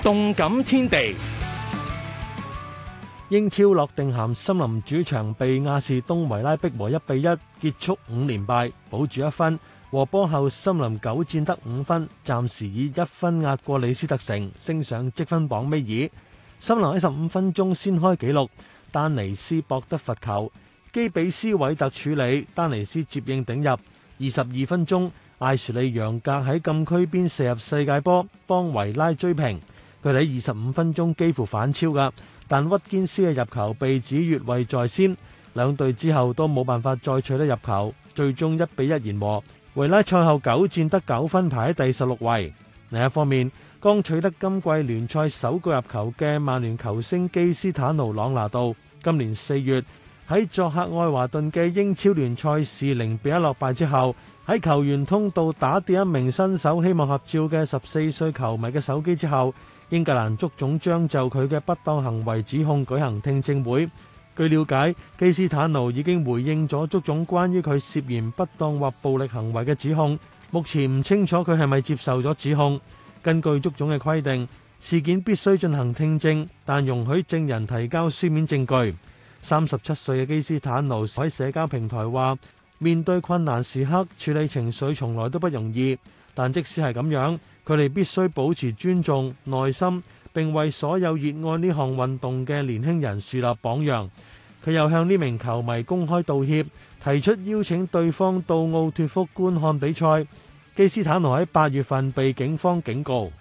動感天地， 英超諾定咸森林主場被亞士東維拉逼和1-1，結束5連敗，保住1分。和波後，森林9戰得5分，暫時以1分壓過李斯特城，升上積分榜尾二。森林喺15分鐘先開紀錄，丹尼斯博得罰球，基比斯韋特處理，丹尼斯接應頂入。22分鐘，艾殊利楊格喺禁區邊射入世界波，幫維拉追平。佢哋喺25分鐘幾乎反超㗎，但屈堅斯嘅入球被指越位在先，兩隊之後都冇辦法再取得入球，最終1-1言和。維拉賽後9戰得9分，排喺第16位。另一方面，剛取得今季聯賽首個入球嘅曼聯球星基斯坦奴·朗拿度，今年4月喺作客愛華頓嘅英超聯賽事0-1落敗之後，喺球員通道打跌一名新手希望合照嘅14歲球迷嘅手機之後，英格蘭足總將就佢嘅不當行為指控舉行聽證會。據了解，基斯坦奴已經回應咗足總關於佢涉嫌不當或暴力行為嘅指控，目前唔清楚佢係咪接受咗指控。根據足總嘅規定，事件必須進行聽證，但容許證人提交書面證據。37歲嘅基斯坦奴喺社交平台話，面對困難時刻，處理情緒從來都不容易，但即使係咁樣，佢哋必須保持尊重、耐心，並為所有熱愛呢項運動嘅年輕人樹立榜樣。佢又向呢名球迷公開道歉，提出邀請對方到奧脫福觀看比賽。基斯坦奴喺8月份被警方警告。